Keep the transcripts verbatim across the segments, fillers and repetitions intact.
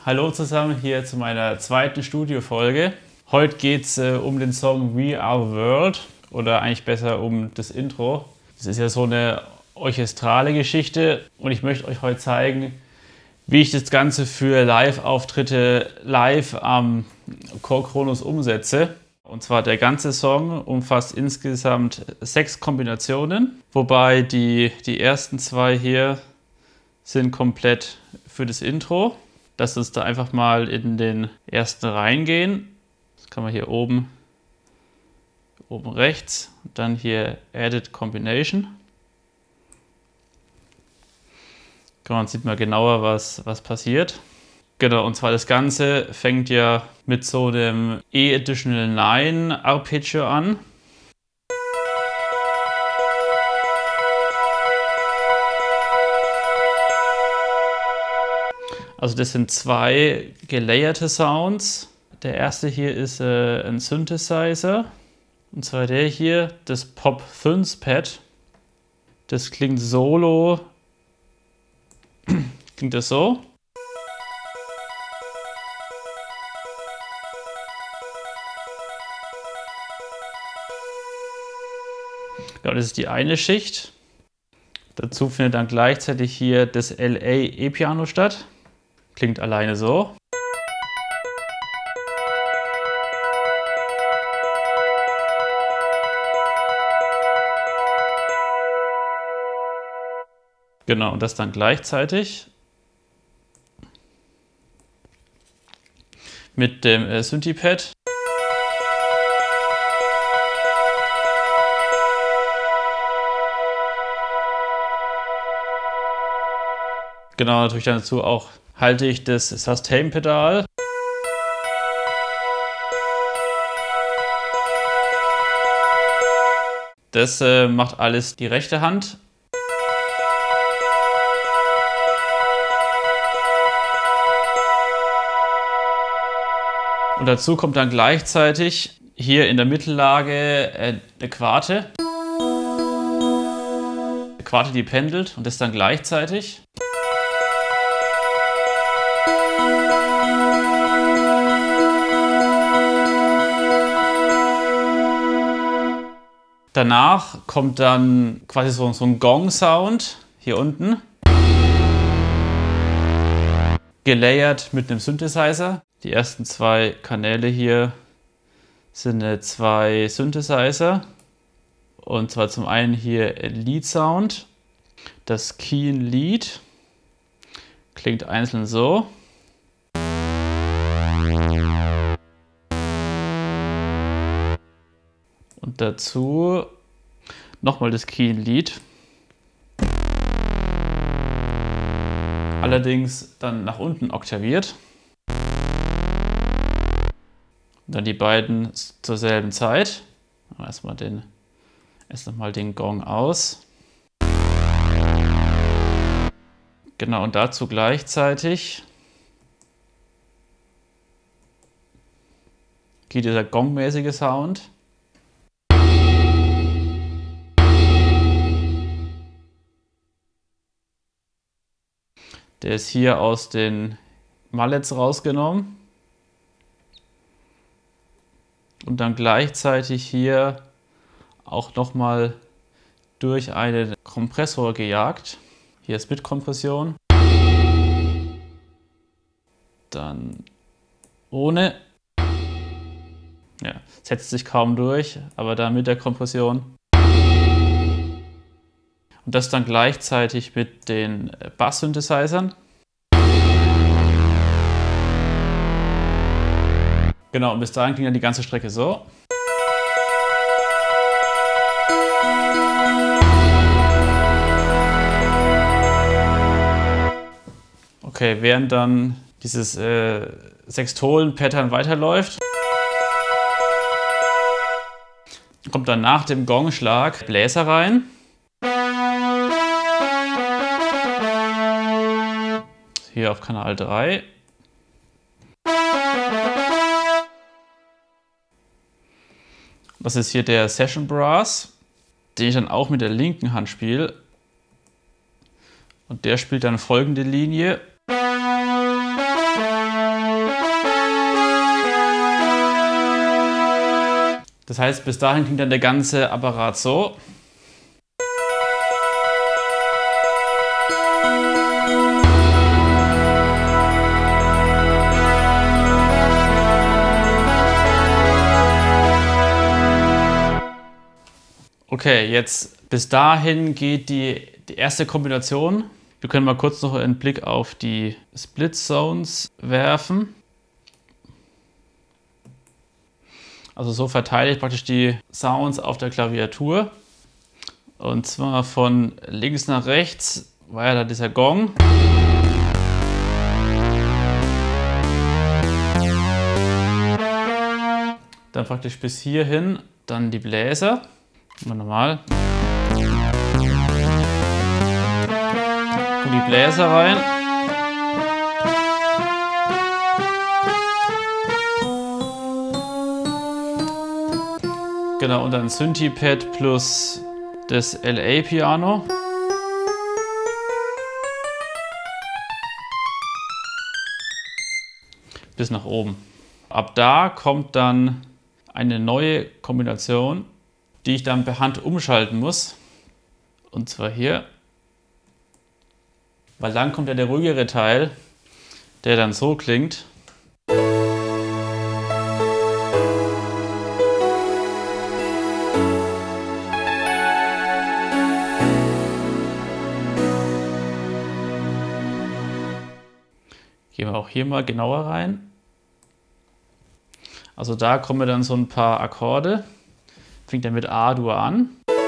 hallo zusammen hier zu meiner zweiten Studiofolge. Heute geht es äh, um den Song We Are the World oder eigentlich besser um das Intro. Das ist ja so eine orchestrale Geschichte und ich möchte euch heute zeigen, wie ich das Ganze für Live-Auftritte live am Chor Kronos umsetze. Und zwar der ganze Song umfasst insgesamt sechs Kombinationen, wobei die, die ersten zwei hier sind komplett für das Intro. Lasst uns da einfach mal in den ersten reingehen. Das kann man hier oben, oben rechts und dann hier Edit Combination. Dann sieht man genauer, was, was passiert. Genau, und zwar das Ganze fängt ja mit so einem E Additional neun Arpeggio an. Also das sind zwei gelayerte Sounds. Der erste hier ist äh, ein Synthesizer. Und zwar der hier, das Pop fünf Pad. Das klingt solo. Klingt das so. Ja, das ist die eine Schicht. Dazu findet dann gleichzeitig hier das L A E-Piano statt. Klingt alleine so. Genau, und das dann gleichzeitig mit dem äh, Synthipad. Genau, natürlich dann dazu auch halte ich das Sustain-Pedal. Das äh, macht alles die rechte Hand. Und dazu kommt dann gleichzeitig hier in der Mittellage äh, eine Quarte. Eine Quarte, die pendelt und das dann gleichzeitig. Danach kommt dann quasi so, so ein Gong-Sound hier unten. Gelayert mit einem Synthesizer. Die ersten zwei Kanäle hier sind zwei Synthesizer. Und zwar zum einen hier Lead Sound. Das Keen Lead klingt einzeln so. Und dazu nochmal das Keen Lead. Allerdings dann nach unten oktaviert. Und dann die beiden zur selben Zeit. Erstmal den, erst noch mal den Gong aus. Genau, und dazu gleichzeitig geht dieser gongmäßige Sound. Der ist hier aus den Mallets rausgenommen. Und dann gleichzeitig hier auch nochmal durch einen Kompressor gejagt. Hier ist Bitkompression. Dann ohne. Ja, setzt sich kaum durch, aber dann mit der Kompression. Und das dann gleichzeitig mit den Bass-Synthesizern. Genau, und bis dahin ging dann die ganze Strecke so. Okay, während dann dieses äh, Sextolen-Pattern weiterläuft, kommt dann nach dem Gongschlag Bläser rein. Hier auf Kanal drei. Das ist hier der Session Brass, den ich dann auch mit der linken Hand spiele. Und der spielt dann folgende Linie. Das heißt, bis dahin klingt dann der ganze Apparat so. Okay, jetzt bis dahin geht die, die erste Kombination. Wir können mal kurz noch einen Blick auf die Split Zones werfen. Also so verteile ich praktisch die Sounds auf der Klaviatur. Und zwar von links nach rechts war ja da dieser Gong. Dann praktisch bis hierhin, dann die Bläser. Nochmal. Kommen die Bläser rein. Genau, und dann Synthie-Pad plus das L A-Piano. Bis nach oben. Ab da kommt dann eine neue Kombination, die ich dann per Hand umschalten muss. Und zwar hier. Weil dann kommt ja der ruhigere Teil, der dann so klingt. Gehen wir auch hier mal genauer rein. Also da kommen dann so ein paar Akkorde. Fängt er mit A-Dur an.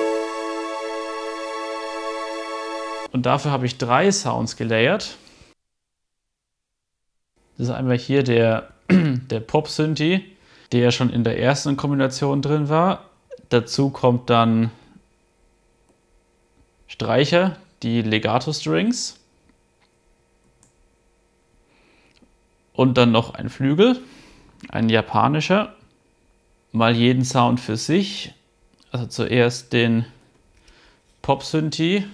Und dafür habe ich drei Sounds gelayert. Das ist einmal hier der, der Pop-Synthi, der ja schon in der ersten Kombination drin war. Dazu kommt dann Streicher, die Legato-Strings. Und dann noch ein Flügel, ein japanischer. Mal jeden Sound für sich. Also zuerst den Pop-Synthi.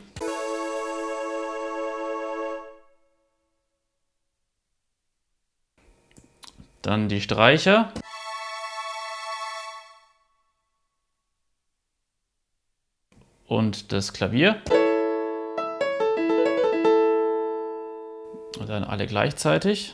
Dann die Streicher. Und das Klavier. Und dann alle gleichzeitig.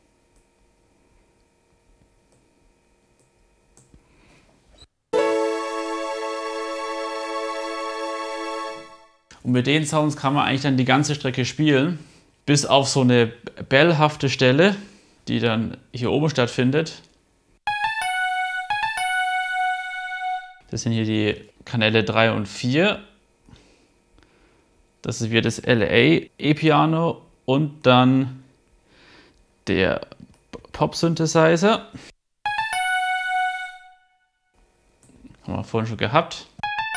Und mit den Sounds kann man eigentlich dann die ganze Strecke spielen, bis auf so eine bellhafte Stelle, die dann hier oben stattfindet. Das sind hier die Kanäle drei und vier. Das ist wieder das L A E-Piano und dann der Pop-Synthesizer. Haben wir vorhin schon gehabt.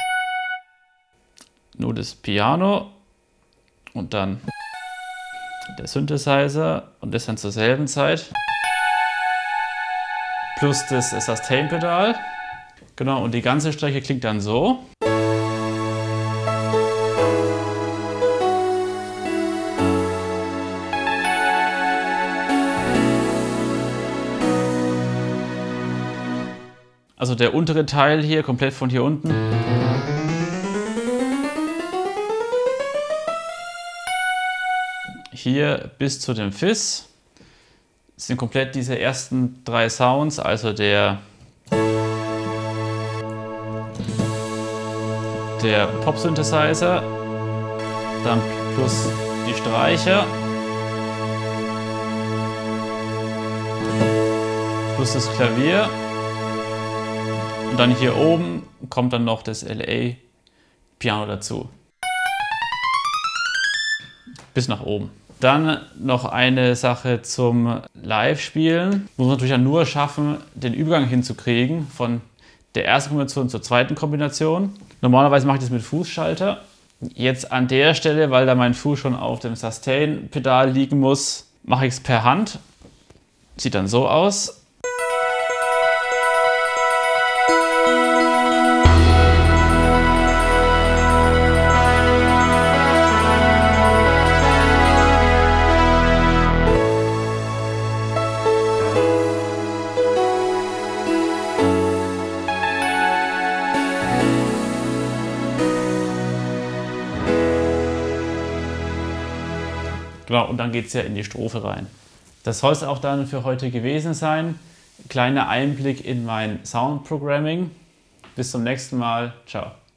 Nur das Piano und dann der Synthesizer und das dann zur selben Zeit. Plus das Sustain-Pedal. Genau, und die ganze Strecke klingt dann so. Also der untere Teil hier, komplett von hier unten. Hier bis zu dem Fizz sind komplett diese ersten drei Sounds, also der, der Pop-Synthesizer, dann plus die Streicher, plus das Klavier und dann hier oben kommt dann noch das L A-Piano dazu. Bis nach oben. Dann noch eine Sache zum Live-Spielen. Muss man natürlich ja nur schaffen, den Übergang hinzukriegen von der ersten Kombination zur zweiten Kombination. Normalerweise mache ich das mit Fußschalter. Jetzt an der Stelle, weil da mein Fuß schon auf dem Sustain-Pedal liegen muss, mache ich es per Hand. Sieht dann so aus. Genau, und dann geht es ja in die Strophe rein. Das soll es auch dann für heute gewesen sein. Kleiner Einblick in mein Sound Programming. Bis zum nächsten Mal. Ciao.